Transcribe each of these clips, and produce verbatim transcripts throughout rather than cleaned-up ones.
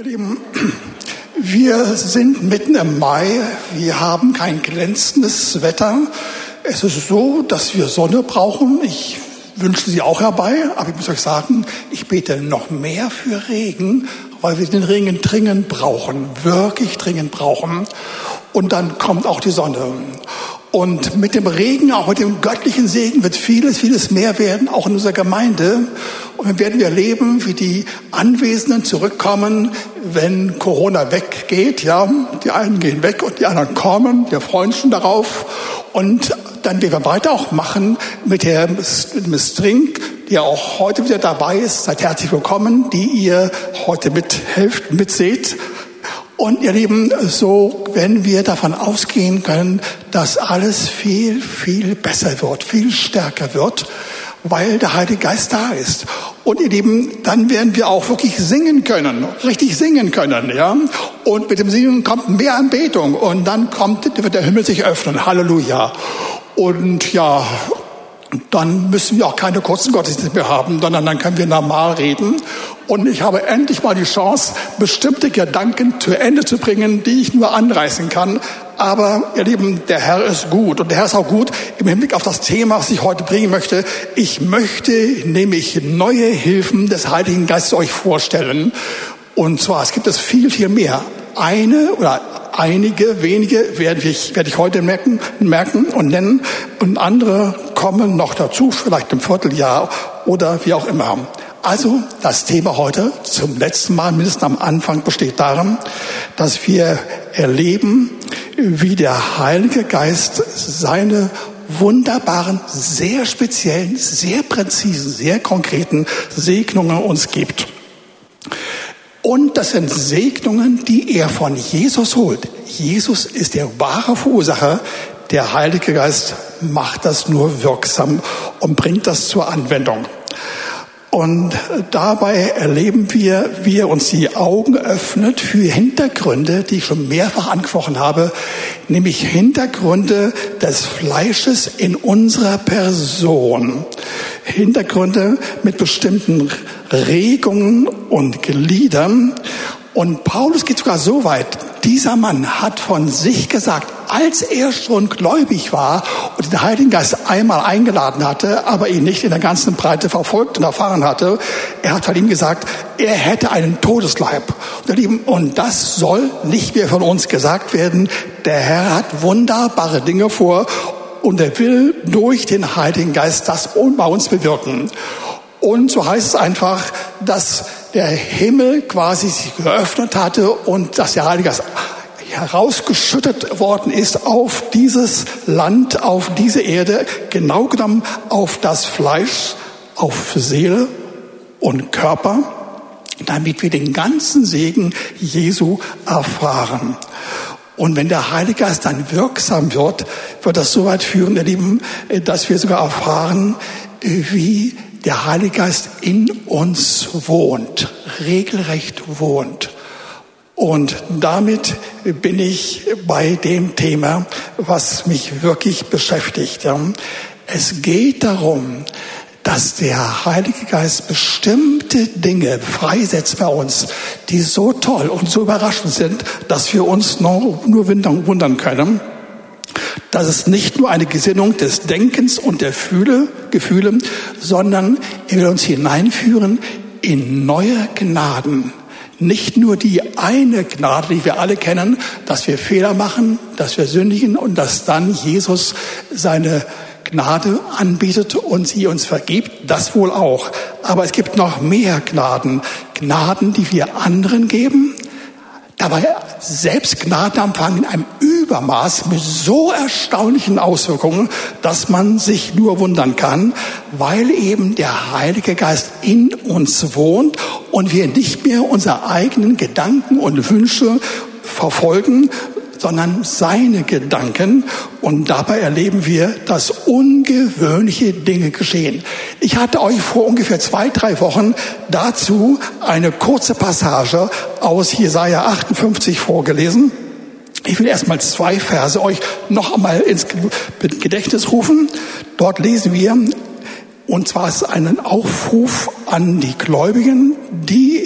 Ihr Lieben, wir sind mitten im Mai. Wir haben kein glänzendes Wetter. Es ist so, dass wir Sonne brauchen. Ich wünsche sie auch herbei. Aber ich muss euch sagen, ich bete noch mehr für Regen, weil wir den Regen dringend brauchen. Wirklich dringend brauchen. Und dann kommt auch die Sonne. Und mit dem Regen, auch mit dem göttlichen Segen, wird vieles, vieles mehr werden, auch in unserer Gemeinde. Und dann werden wir erleben, wie die Anwesenden zurückkommen, wenn Corona weggeht. Ja, die einen gehen weg und die anderen kommen. Wir freuen uns schon darauf. Und dann werden wir weiter auch machen mit der Miss Trink, die auch heute wieder dabei ist. Seid herzlich willkommen, die ihr heute mithelft, mitseht. Und ihr Lieben, so wenn wir davon ausgehen können, dass alles viel, viel besser wird, viel stärker wird, weil der Heilige Geist da ist. Und ihr Lieben, dann werden wir auch wirklich singen können, richtig singen können, ja. Und mit dem Singen kommt mehr Anbetung und dann kommt, wird der Himmel sich öffnen. Halleluja. Und ja, dann müssen wir auch keine kurzen Gottesdienste mehr haben, sondern dann können wir normal reden. Und ich habe endlich mal die Chance, bestimmte Gedanken zu Ende zu bringen, die ich nur anreißen kann. Aber ihr Lieben, der Herr ist gut. Und der Herr ist auch gut im Hinblick auf das Thema, was ich heute bringen möchte. Ich möchte nämlich neue Hilfen des Heiligen Geistes euch vorstellen. Und zwar, es gibt es viel, viel mehr. Eine oder einige, wenige werde ich, werde ich heute merken, merken und nennen. Und andere kommen noch dazu, vielleicht im Vierteljahr oder wie auch immer. Also das Thema heute zum letzten Mal, mindestens am Anfang, besteht darin, dass wir erleben, wie der Heilige Geist seine wunderbaren, sehr speziellen, sehr präzisen, sehr konkreten Segnungen uns gibt. Und das sind Segnungen, die er von Jesus holt. Jesus ist der wahre Verursacher. Der Heilige Geist macht das nur wirksam und bringt das zur Anwendung. Und dabei erleben wir, wie er uns die Augen öffnet für Hintergründe, die ich schon mehrfach angesprochen habe, nämlich Hintergründe des Fleisches in unserer Person. Hintergründe mit bestimmten Regungen und Gliedern. Und Paulus geht sogar so weit, dieser Mann hat von sich gesagt, als er schon gläubig war und den Heiligen Geist einmal eingeladen hatte, aber ihn nicht in der ganzen Breite verfolgt und erfahren hatte, er hat von ihm gesagt, er hätte einen Todesleib. Und das soll nicht mehr von uns gesagt werden. Der Herr hat wunderbare Dinge vor und er will durch den Heiligen Geist das bei uns bewirken. Und so heißt es einfach, dass der Himmel quasi sich geöffnet hatte und dass der Heilige Geist herausgeschüttet worden ist auf dieses Land, auf diese Erde, genau genommen auf das Fleisch, auf Seele und Körper, damit wir den ganzen Segen Jesu erfahren. Und wenn der Heilige Geist dann wirksam wird, wird das so weit führen, ihr Lieben, dass wir sogar erfahren, wie der Heilige Geist in uns wohnt, regelrecht wohnt. Und damit bin ich bei dem Thema, was mich wirklich beschäftigt. Es geht darum, dass der Heilige Geist bestimmte Dinge freisetzt bei uns, die so toll und so überraschend sind, dass wir uns nur wundern können. Das ist nicht nur eine Gesinnung des Denkens und der Fühle, Gefühle, sondern er will uns hineinführen in neue Gnaden. Nicht nur die eine Gnade, die wir alle kennen, dass wir Fehler machen, dass wir sündigen und dass dann Jesus seine Gnade anbietet und sie uns vergibt, das wohl auch. Aber es gibt noch mehr Gnaden. Gnaden, die wir anderen geben, dabei selbst Gnaden empfangen in einem Übermaß mit so erstaunlichen Auswirkungen, dass man sich nur wundern kann, weil eben der Heilige Geist in uns wohnt und wir nicht mehr unsere eigenen Gedanken und Wünsche verfolgen, sondern seine Gedanken. Und dabei erleben wir, dass ungewöhnliche Dinge geschehen. Ich hatte euch vor ungefähr zwei, drei Wochen dazu eine kurze Passage aus Jesaja achtundfünfzig vorgelesen. Ich will erstmal zwei Verse euch noch einmal ins Gedächtnis rufen. Dort lesen wir, und zwar ist es ein Aufruf an die Gläubigen, die in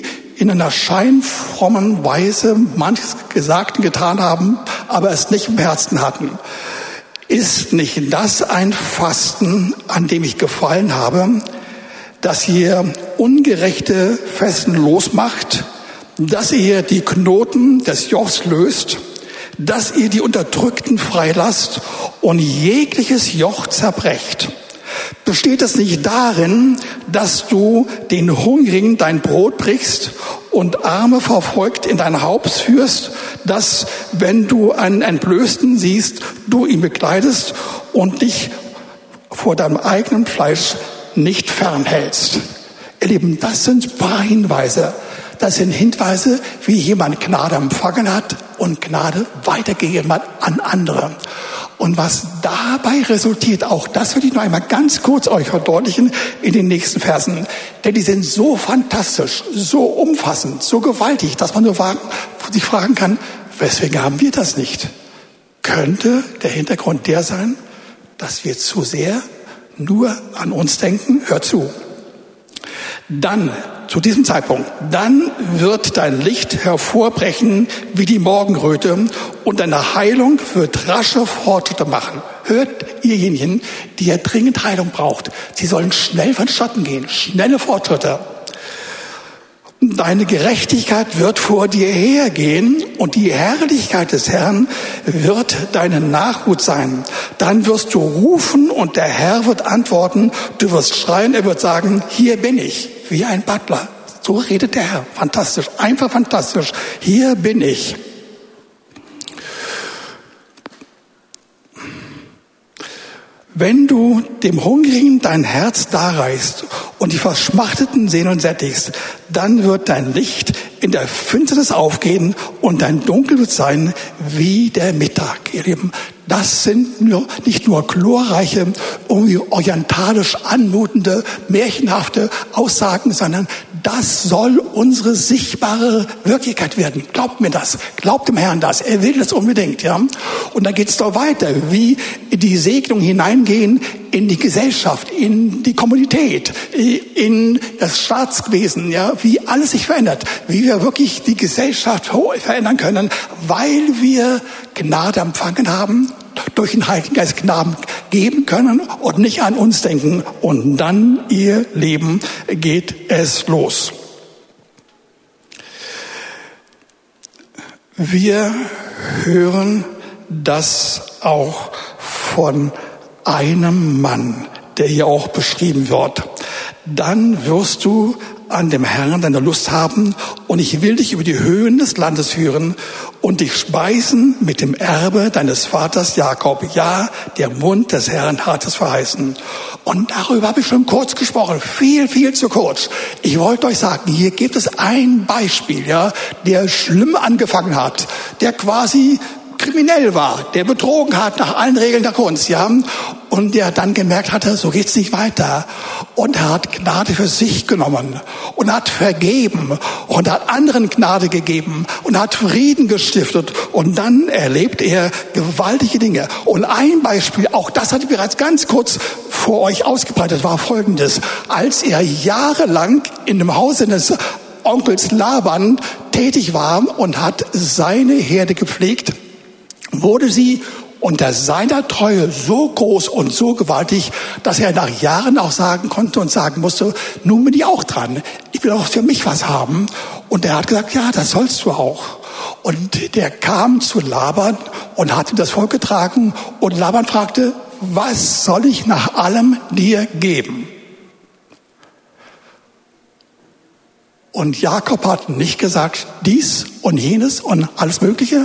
in einer scheinfrommen Weise manches gesagt und getan haben, aber es nicht im Herzen hatten. Ist nicht das ein Fasten, an dem ich gefallen habe, dass ihr ungerechte Fesseln losmacht, dass ihr die Knoten des Jochs löst, dass ihr die Unterdrückten freilasst und jegliches Joch zerbrecht? Besteht es nicht darin, dass du den Hungrigen dein Brot brichst und Arme verfolgt in dein Haus führst, dass, wenn du einen Entblößten siehst, du ihn bekleidest und dich vor deinem eigenen Fleisch nicht fernhältst? Ihr Lieben, das sind ein paar Hinweise. Das sind Hinweise, wie jemand Gnade empfangen hat und Gnade weitergegeben hat an andere. Und was dabei resultiert, auch das will ich noch einmal ganz kurz euch verdeutlichen in den nächsten Versen. Denn die sind so fantastisch, so umfassend, so gewaltig, dass man nur sich fragen kann, weswegen haben wir das nicht? Könnte der Hintergrund der sein, dass wir zu sehr nur an uns denken? Hört zu. Dann, zu diesem Zeitpunkt, dann wird dein Licht hervorbrechen wie die Morgenröte und deine Heilung wird rasche Fortschritte machen. Hört ihrjenigen, die ja dringend Heilung braucht. Sie sollen schnell vonstatten gehen, schnelle Fortschritte. Deine Gerechtigkeit wird vor dir hergehen und die Herrlichkeit des Herrn wird deine Nachhut sein. Dann wirst du rufen und der Herr wird antworten. Du wirst schreien, er wird sagen, hier bin ich, wie ein Butler. So redet der Herr. Fantastisch, einfach fantastisch. Hier bin ich. Wenn du dem Hungrigen dein Herz darreichst und die Verschmachteten Sehnen sättigst, dann wird dein Licht in der Finsternis aufgehen und dein Dunkel wird sein wie der Mittag. Ihr Lieben, das sind nur, nicht nur glorreiche, irgendwie orientalisch anmutende, märchenhafte Aussagen, sondern das soll unsere sichtbare Wirklichkeit werden. Glaubt mir das. Glaubt dem Herrn das. Er will das unbedingt, ja. Und dann geht es doch weiter, wie die Segnungen hineingehen in die Gesellschaft, in die Kommunität, in das Staatswesen, ja, wie alles sich verändert, wie wir wirklich die Gesellschaft verändern können, weil wir Gnade empfangen haben, durch den Heiligen Geist Gnaden geben können und nicht an uns denken. Und dann ihr Leben geht es los. Wir hören das auch von einem Mann, der hier auch beschrieben wird. Dann wirst du an dem Herrn deine Lust haben und ich will dich über die Höhen des Landes führen und dich speisen mit dem Erbe deines Vaters Jakob. Ja, der Mund des Herrn hat es verheißen. Und darüber habe ich schon kurz gesprochen. Viel, viel zu kurz. Ich wollte euch sagen, hier gibt es ein Beispiel, ja, der schlimm angefangen hat, der quasi kriminell war, der betrogen hat nach allen Regeln der Kunst, ja, und der dann gemerkt hatte, so geht's nicht weiter. Und er hat Gnade für sich genommen und hat vergeben und hat anderen Gnade gegeben und hat Frieden gestiftet. Und dann erlebt er gewaltige Dinge. Und ein Beispiel, auch das hatte ich bereits ganz kurz vor euch ausgebreitet, war folgendes. Als er jahrelang in dem Hause des Onkels Laban tätig war und hat seine Herde gepflegt, wurde sie unter seiner Treue so groß und so gewaltig, dass er nach Jahren auch sagen konnte und sagen musste, nun bin ich auch dran. Ich will auch für mich was haben. Und er hat gesagt, ja, das sollst du auch. Und der kam zu Laban und hat ihm das vorgetragen. Und Laban fragte, was soll ich nach allem dir geben? Und Jakob hat nicht gesagt, dies und jenes und alles Mögliche,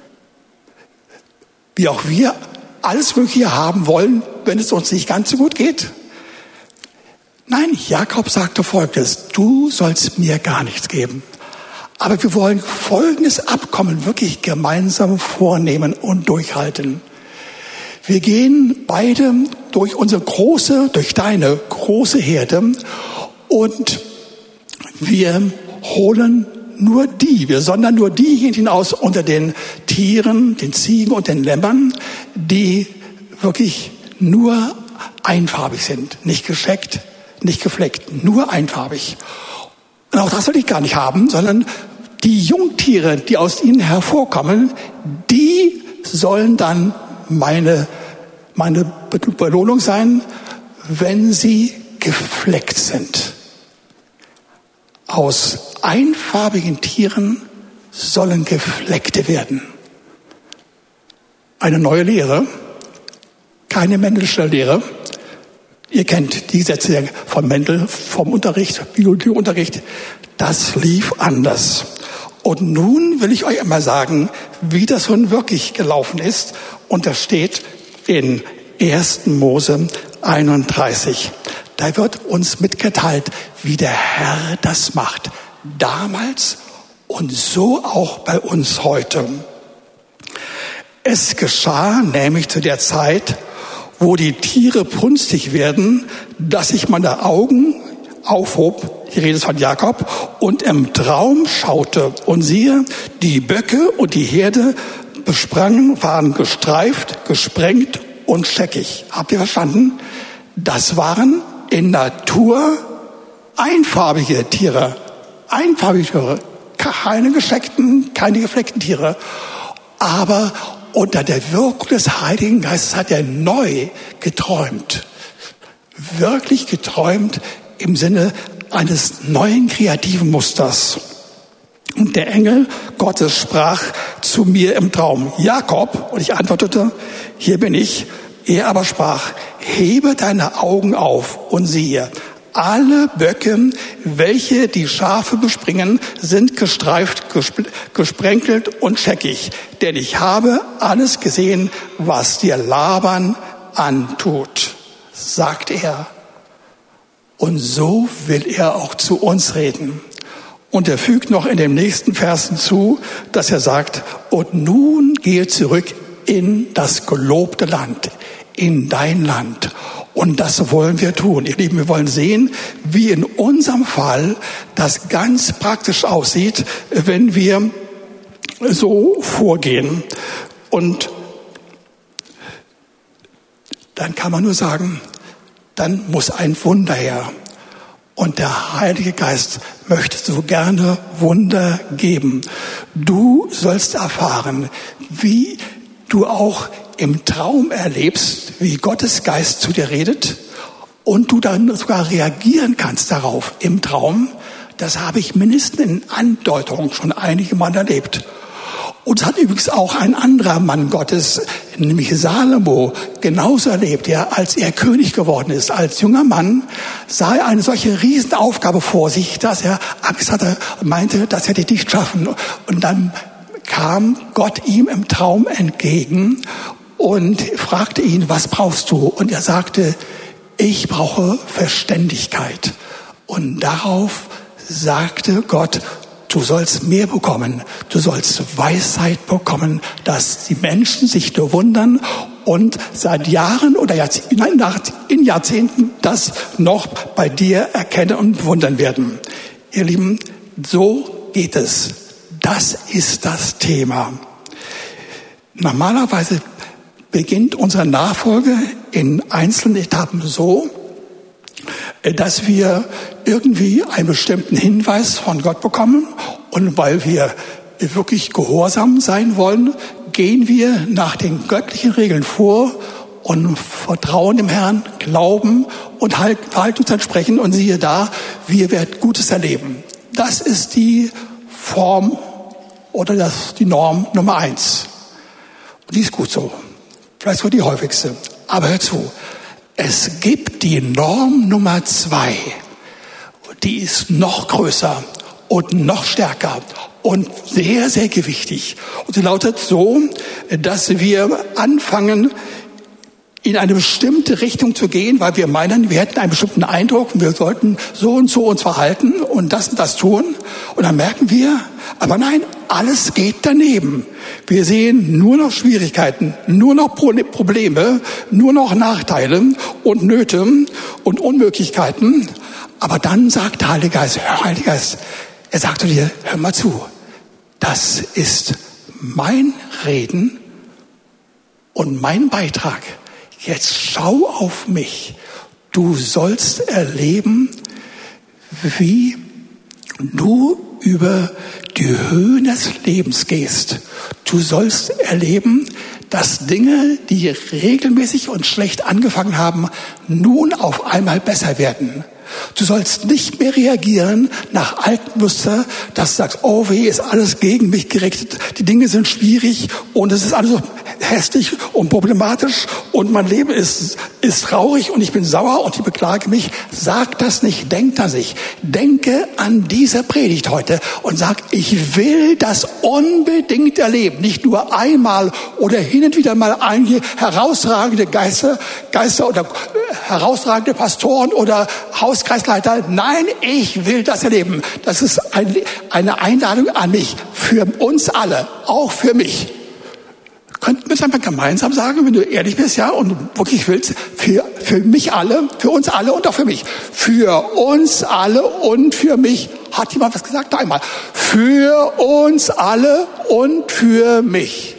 wie auch wir alles Mögliche haben wollen, wenn es uns nicht ganz so gut geht. Nein, Jakob sagte Folgendes, du sollst mir gar nichts geben. Aber wir wollen folgendes Abkommen wirklich gemeinsam vornehmen und durchhalten. Wir gehen beide durch unsere große, durch deine große Herde und wir holen nur die, wir sondern nur diejenigen aus unter den Tieren, den Ziegen und den Lämmern, die wirklich nur einfarbig sind, nicht gescheckt, nicht gefleckt, nur einfarbig. Und auch das will ich gar nicht haben, sondern die Jungtiere, die aus ihnen hervorkommen, die sollen dann meine, meine Belohnung sein, wenn sie gefleckt sind. Aus einfarbigen Tieren sollen Gefleckte werden. Eine neue Lehre, keine Mendelsche Lehre. Ihr kennt die Sätze von Mendel, vom Unterricht, Biologieunterricht. Das lief anders. Und nun will ich euch einmal sagen, wie das nun wirklich gelaufen ist. Und das steht in ersten Mose einunddreißig. Da wird uns mitgeteilt, wie der Herr das macht. Damals und so auch bei uns heute. Es geschah nämlich zu der Zeit, wo die Tiere brünstig werden, dass ich meine Augen aufhob, die Rede ist von Jakob, und im Traum schaute. Und siehe, die Böcke und die Herde besprangen, waren gestreift, gesprengt und scheckig. Habt ihr verstanden? Das waren in Natur einfarbige Tiere. Einfarbige Tiere. Keine gescheckten, keine gefleckten Tiere. Aber unter der Wirkung des Heiligen Geistes hat er neu geträumt. Wirklich geträumt im Sinne eines neuen kreativen Musters. Und der Engel Gottes sprach zu mir im Traum, Jakob, und ich antwortete, hier bin ich. Er aber sprach, hebe deine Augen auf und siehe, alle Böcke, welche die Schafe bespringen, sind gestreift, gesp- gesprenkelt und scheckig. Denn ich habe alles gesehen, was dir Laban antut, sagt er. Und so will er auch zu uns reden. Und er fügt noch in den nächsten Versen zu, dass er sagt, und nun gehe zurück in das gelobte Land, in dein Land. Und das wollen wir tun. Ihr Lieben, wir wollen sehen, wie in unserem Fall das ganz praktisch aussieht, wenn wir so vorgehen. Und dann kann man nur sagen, dann muss ein Wunder her. Und der Heilige Geist möchte so gerne Wunder geben. Du sollst erfahren, wie du auch im Traum erlebst, wie Gottes Geist zu dir redet und du dann sogar reagieren kannst darauf im Traum. Das habe ich mindestens in Andeutung schon einige Mal erlebt. Und das hat übrigens auch ein anderer Mann Gottes, nämlich Salomo, genauso erlebt. Er, als er König geworden ist, als junger Mann, sah er eine solche Riesenaufgabe vor sich, dass er Angst hatte und meinte, das hätte ich nicht schaffen. Und dann kam Gott ihm im Traum entgegen und fragte ihn, was brauchst du? Und er sagte, ich brauche Verständigkeit. Und darauf sagte Gott, du sollst mehr bekommen. Du sollst Weisheit bekommen, dass die Menschen sich nur wundern und seit Jahren oder Jahrzehnten, nein, in Jahrzehnten das noch bei dir erkennen und bewundern werden. Ihr Lieben, so geht es. Das ist das Thema. Normalerweise beginnt unsere Nachfolge in einzelnen Etappen so, dass wir irgendwie einen bestimmten Hinweis von Gott bekommen und weil wir wirklich gehorsam sein wollen, gehen wir nach den göttlichen Regeln vor und vertrauen dem Herrn, glauben und halt, verhalten uns entsprechend und siehe da, wir werden Gutes erleben. Das ist die Form oder das, die Norm Nummer eins. Und die ist gut so. Vielleicht sogar die häufigste. Aber hör zu. Es gibt die Norm Nummer zwei. Die ist noch größer und noch stärker und sehr, sehr gewichtig. Und sie lautet so, dass wir anfangen, in eine bestimmte Richtung zu gehen, weil wir meinen, wir hätten einen bestimmten Eindruck und wir sollten so und so uns verhalten und das und das tun. Und dann merken wir, aber nein, alles geht daneben. Wir sehen nur noch Schwierigkeiten, nur noch Probleme, nur noch Nachteile und Nöte und Unmöglichkeiten. Aber dann sagt der Heilige Geist, hör, Heiliger Geist, er sagt zu dir, hör mal zu, das ist mein Reden und mein Beitrag. Jetzt schau auf mich. Du sollst erleben, wie du über die Höhen des Lebens gehst. Du sollst erleben, dass Dinge, die regelmäßig und schlecht angefangen haben, nun auf einmal besser werden. Du sollst nicht mehr reagieren nach alten Muster, dass du sagst, oh weh, ist alles gegen mich gerichtet, die Dinge sind schwierig und es ist alles so hässlich und problematisch und mein Leben ist, ist traurig und ich bin sauer und ich beklage mich. Sag das nicht, denk an sich. Denke an diese Predigt heute und sag, ich will das unbedingt erleben. Nicht nur einmal oder hin und wieder mal einige herausragende Geister, Geister oder herausragende Pastoren oder Hauskreisleiter. Nein, ich will das erleben. Das ist ein, eine Einladung an mich, für uns alle, auch für mich. Könnten wir es einfach gemeinsam sagen, wenn du ehrlich bist, ja, und wirklich willst, für, für mich alle, für uns alle und auch für mich. Für uns alle und für mich. Hat jemand was gesagt? Da einmal. Für uns alle und für mich.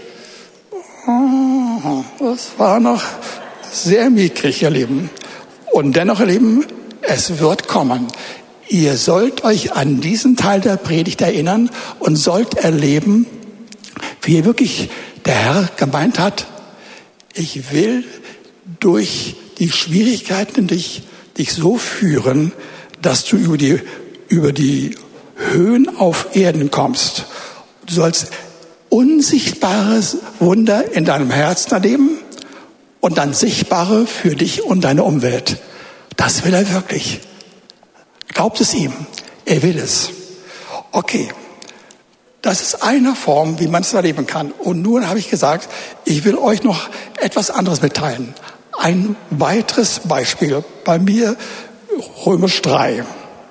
Oh, das war noch sehr mickrig, ihr Lieben. Und dennoch, ihr Lieben, es wird kommen. Ihr sollt euch an diesen Teil der Predigt erinnern und sollt erleben, wie ihr wirklich der Herr gemeint hat, ich will durch die Schwierigkeiten dich, dich so führen, dass du über die, über die Höhen auf Erden kommst. Du sollst unsichtbares Wunder in deinem Herzen erleben und dann sichtbare für dich und deine Umwelt. Das will er wirklich. Glaubt es ihm. Er will es. Okay. Das ist eine Form, wie man es erleben kann. Und nun habe ich gesagt, ich will euch noch etwas anderes mitteilen. Ein weiteres Beispiel. Bei mir Römisch drei.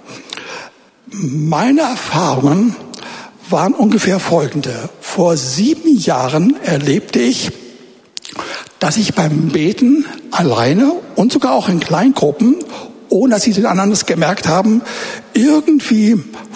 Meine Erfahrungen waren ungefähr folgende. Vor sieben Jahren erlebte ich, dass ich beim Beten alleine und sogar auch in Kleingruppen, ohne dass sie den anderen das gemerkt haben, irgendwie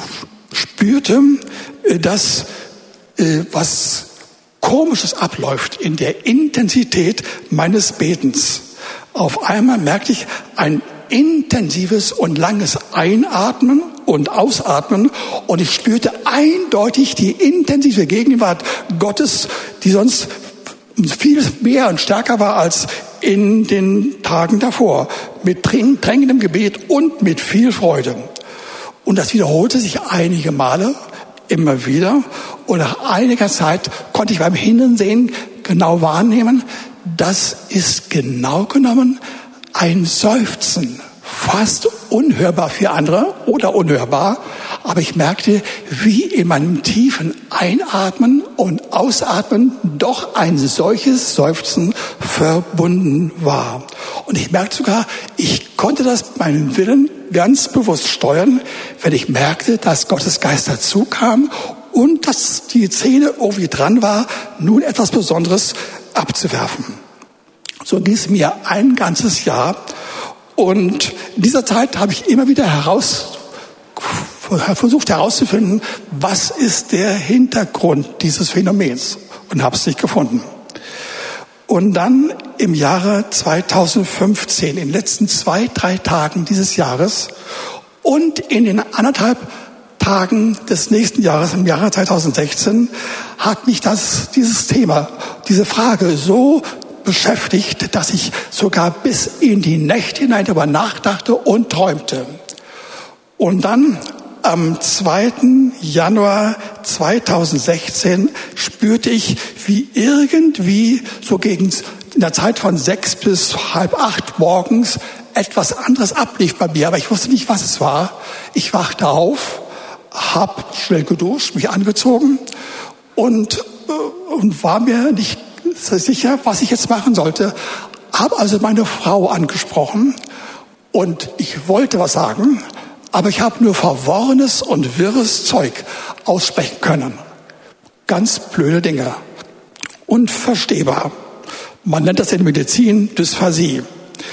spürte, dass äh, was Komisches abläuft in der Intensität meines Betens. Auf einmal merkte ich ein intensives und langes Einatmen und Ausatmen und ich spürte eindeutig die intensive Gegenwart Gottes, die sonst viel mehr und stärker war als in den Tagen davor, mit dringendem Gebet und mit viel Freude. Und das wiederholte sich einige Male, immer wieder. Und nach einiger Zeit konnte ich beim Hinsehen genau wahrnehmen, das ist genau genommen ein Seufzen. Fast unhörbar für andere oder unhörbar. Aber ich merkte, wie in meinem tiefen Einatmen und Ausatmen doch ein solches Seufzen verbunden war. Und ich merkte sogar, ich konnte das meinen Willen ganz bewusst steuern, wenn ich merkte, dass Gottes Geist dazu kam und dass die Szene irgendwie dran war, nun etwas Besonderes abzuwerfen. So ging es mir ein ganzes Jahr. Und in dieser Zeit habe ich immer wieder heraus, versucht herauszufinden, was ist der Hintergrund dieses Phänomens, und habe es nicht gefunden. Und dann im Jahre zweitausendfünfzehn, in den letzten zwei, drei Tagen dieses Jahres und in den anderthalb Tagen des nächsten Jahres, im Jahre zweitausendsechzehn, hat mich das, dieses Thema, diese Frage so beschäftigt, dass ich sogar bis in die Nächte hinein darüber nachdachte und träumte. Und dann am zweiten Januar zweitausendsechzehn spürte ich, wie irgendwie so gegen in der Zeit von sechs bis halb acht morgens etwas anderes ablief bei mir, aber ich wusste nicht, was es war. Ich wachte auf, hab schnell geduscht, mich angezogen und, und war mir nicht sicher, was ich jetzt machen sollte. Habe also meine Frau angesprochen und ich wollte was sagen, aber ich habe nur verworrenes und wirres Zeug aussprechen können. Ganz blöde Dinge. Unverstehbar. Man nennt das in der Medizin Dysphasie.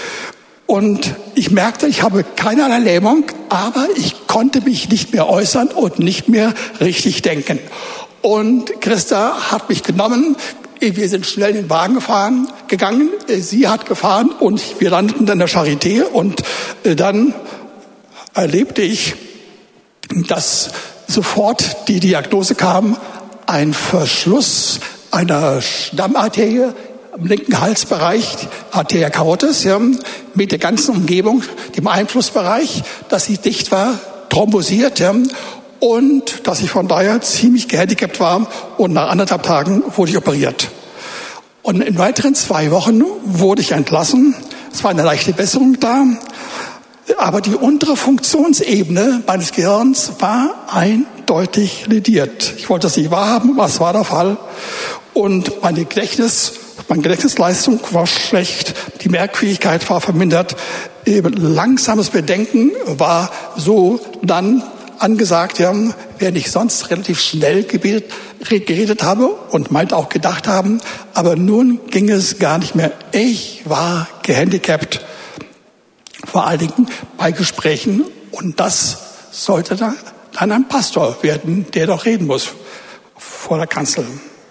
Und ich merkte, ich habe keinerlei Lähmung, aber ich konnte mich nicht mehr äußern und nicht mehr richtig denken. Und Christa hat mich genommen. Wir sind schnell in den Wagen gefahren, gegangen. Sie hat gefahren und wir landeten dann in der Charité. Und dann erlebte ich, dass sofort die Diagnose kam, ein Verschluss einer Stammarterie im linken Halsbereich, Arteria carotis, ja, mit der ganzen Umgebung, dem Einflussbereich, dass sie dicht war, thrombosiert, ja, und dass ich von daher ziemlich gehandicapt war, und nach anderthalb Tagen wurde ich operiert. Und in weiteren zwei Wochen wurde ich entlassen. Es war eine leichte Besserung da, aber die untere Funktionsebene meines Gehirns war eindeutig lediert. Ich wollte das nicht wahrhaben, aber es war der Fall. Und meine Gedächtnis, meine Gedächtnisleistung war schlecht, die Merkfähigkeit war vermindert, eben langsames Bedenken war so dann angesagt, ja, während ich sonst relativ schnell geredet, geredet habe und meint auch gedacht haben, aber nun ging es gar nicht mehr. Ich war gehandicapt, vor allen Dingen bei Gesprächen, und das sollte dann ein Pastor werden, der doch reden muss vor der Kanzel.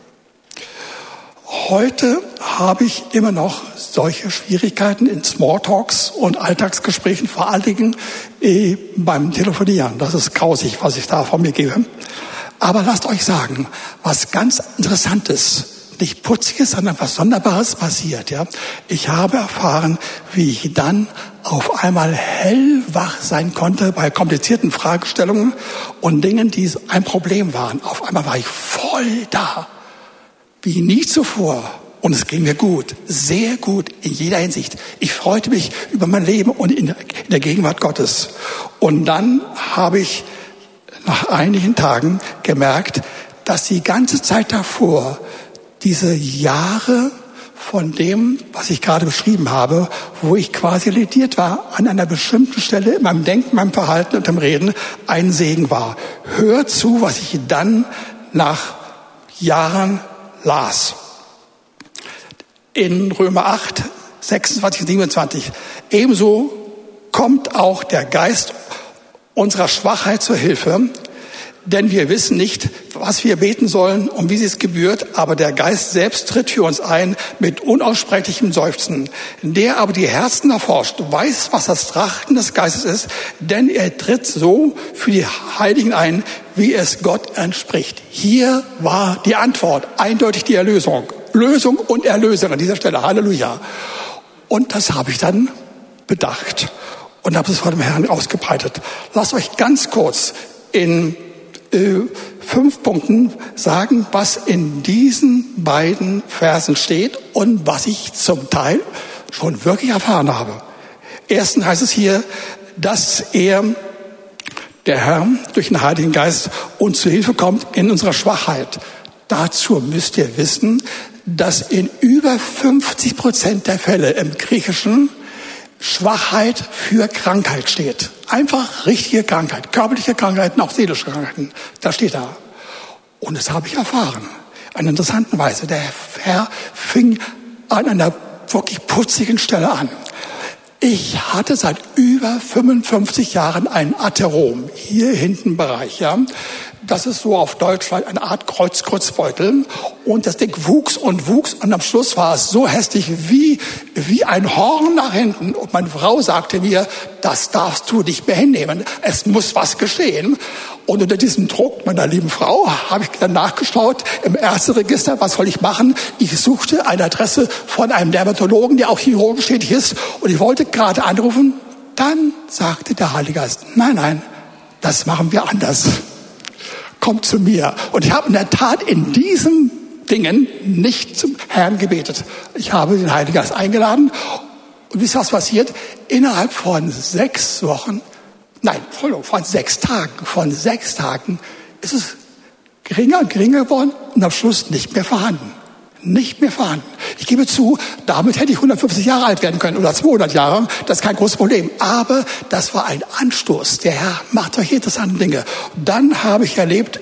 Heute habe ich immer noch solche Schwierigkeiten in Smalltalks und Alltagsgesprächen, vor allen Dingen eh, beim Telefonieren. Das ist grausig, was ich da von mir gebe. Aber lasst euch sagen, was ganz Interessantes, nicht Putziges, sondern was Sonderbares passiert. Ja? Ich habe erfahren, wie ich dann auf einmal hellwach sein konnte bei komplizierten Fragestellungen und Dingen, die ein Problem waren. Auf einmal war ich voll da. Wie nie zuvor. Und es ging mir gut, sehr gut in jeder Hinsicht. Ich freute mich über mein Leben und in der Gegenwart Gottes. Und dann habe ich nach einigen Tagen gemerkt, dass die ganze Zeit davor diese Jahre von dem, was ich gerade beschrieben habe, wo ich quasi lediert war, an einer bestimmten Stelle in meinem Denken, meinem Verhalten und im Reden ein Segen war. Hör zu, was ich dann nach Jahren las. In Römer acht, sechsundzwanzig und siebenundzwanzig. Ebenso kommt auch der Geist unserer Schwachheit zur Hilfe, denn wir wissen nicht, was wir beten sollen und wie es gebührt, aber der Geist selbst tritt für uns ein mit unaussprechlichem Seufzen. Der aber die Herzen erforscht, weiß, was das Trachten des Geistes ist, denn er tritt so für die Heiligen ein, wie es Gott entspricht. Hier war die Antwort, eindeutig die Erlösung. Lösung und Erlösung an dieser Stelle. Halleluja. Und das habe ich dann bedacht und habe es vor dem Herrn ausgebreitet. Lasst euch ganz kurz in äh, fünf Punkten sagen, was in diesen beiden Versen steht und was ich zum Teil schon wirklich erfahren habe. Erstens heißt es hier, dass er, der Herr, durch den Heiligen Geist uns zu Hilfe kommt in unserer Schwachheit. Dazu müsst ihr wissen, dass in über fünfzig Prozent der Fälle im Griechischen Schwachheit für Krankheit steht. Einfach richtige Krankheit, körperliche Krankheiten, auch seelische Krankheiten. Das steht da. Und das habe ich erfahren. Eine interessante Weise. Der Herr fing an einer wirklich putzigen Stelle an. Ich hatte seit über fünfundfünfzig Jahren ein Atherom, hier hinten im Bereich, ja. Das ist so auf Deutsch eine Art Kreuz-Kreuzbeutel. Und das Ding wuchs und wuchs. Und am Schluss war es so hässlich wie, wie ein Horn nach hinten. Und meine Frau sagte mir, das darfst du nicht mehr hinnehmen. Es muss was geschehen. Und unter diesem Druck meiner lieben Frau habe ich dann nachgeschaut im Ärzteregister, was soll ich machen? Ich suchte eine Adresse von einem Dermatologen, der auch chirurgisch tätig ist. Und ich wollte gerade anrufen. Dann sagte der Heilige Geist, nein, nein, das machen wir anders. Kommt zu mir. Und ich habe in der Tat in diesen Dingen nicht zum Herrn gebetet. Ich habe den Heiligen Geist eingeladen. Und wisst ihr, was passiert? Innerhalb von sechs Wochen, nein, von sechs Tagen, von sechs Tagen ist es geringer und geringer geworden und am Schluss nicht mehr vorhanden. Nicht mehr vorhanden. Ich gebe zu, damit hätte ich hundertfünfzig Jahre alt werden können oder zweihundert Jahre. Das ist kein großes Problem. Aber das war ein Anstoß. Der Herr macht solche interessanten Dinge. Dann habe ich erlebt,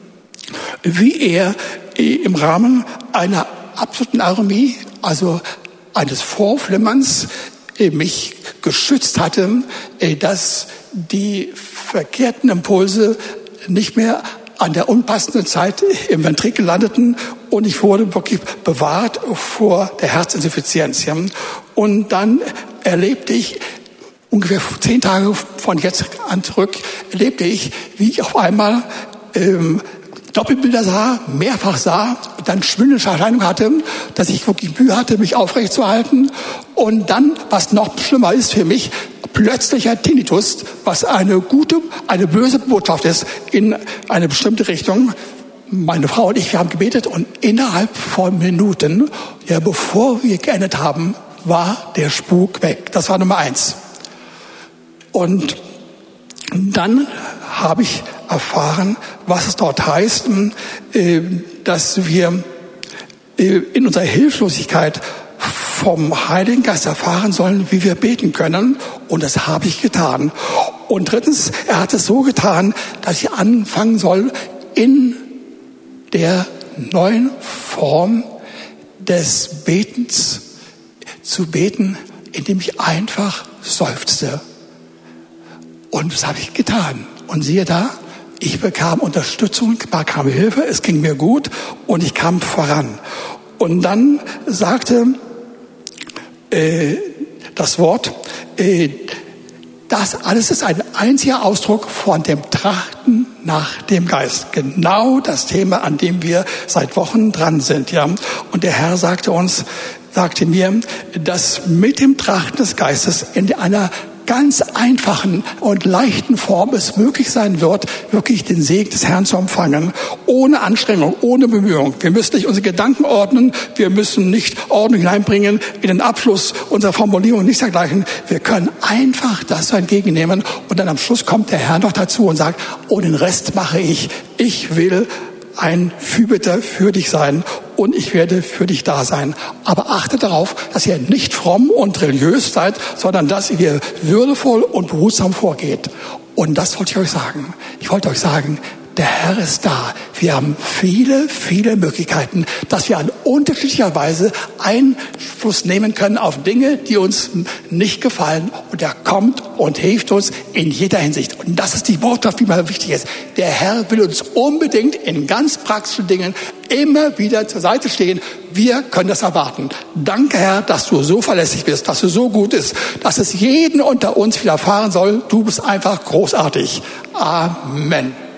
wie er im Rahmen einer absoluten Armee, also eines Vorflimmerns, mich geschützt hatte, dass die verkehrten Impulse nicht mehr an der unpassenden Zeit im Ventrikel landeten und ich wurde wirklich bewahrt vor der Herzinsuffizienz. Und dann erlebte ich ungefähr zehn Tage von jetzt an zurück erlebte ich, wie ich auf einmal ähm, Doppelbilder sah, mehrfach sah, dann schwindelige Erscheinungen hatte, dass ich wirklich Mühe hatte, mich aufrecht zu halten. Und dann, was noch schlimmer ist für mich, plötzlicher Tinnitus, was eine gute, eine böse Botschaft ist in eine bestimmte Richtung. Meine Frau und ich, wir haben gebetet und innerhalb von Minuten, ja, bevor wir geendet haben, war der Spuk weg. Das war Nummer eins. Und dann habe ich erfahren, was es dort heißt, dass wir in unserer Hilflosigkeit vom Heiligen Geist erfahren sollen, wie wir beten können. Und das habe ich getan. Und drittens, er hat es so getan, dass ich anfangen soll, in der neuen Form des Betens zu beten, indem ich einfach seufzte. Und das habe ich getan. Und siehe da, ich bekam Unterstützung, bekam Hilfe, es ging mir gut und ich kam voran. Und dann sagte äh, das Wort, äh, das alles ist ein einziger Ausdruck von dem Trachten nach dem Geist. Genau das Thema, an dem wir seit Wochen dran sind. Ja. Und der Herr sagte uns, sagte mir, dass mit dem Trachten des Geistes in einer ganz einfachen und leichten Form es möglich sein wird, wirklich den Segen des Herrn zu empfangen, ohne Anstrengung, ohne Bemühung. Wir müssen nicht unsere Gedanken ordnen, wir müssen nicht Ordnung hineinbringen in den Abschluss unserer Formulierung, nichts dergleichen. Wir können einfach das so entgegennehmen und dann am Schluss kommt der Herr noch dazu und sagt, oh, den Rest mache ich. Ich will ein Fürbitter für dich sein und ich werde für dich da sein. Aber achtet darauf, dass ihr nicht fromm und religiös seid, sondern dass ihr würdevoll und behutsam vorgeht. Und das wollte ich euch sagen. Ich wollte euch sagen, der Herr ist da. Wir haben viele, viele Möglichkeiten, dass wir an unterschiedlicher Weise Einfluss nehmen können auf Dinge, die uns nicht gefallen. Und er kommt und hilft uns in jeder Hinsicht. Und das ist die Botschaft, die mal wichtig ist. Der Herr will uns unbedingt in ganz praktischen Dingen immer wieder zur Seite stehen. Wir können das erwarten. Danke, Herr, dass du so verlässlich bist, dass du so gut bist, dass es jeden unter uns widerfahren soll. Du bist einfach großartig. Amen.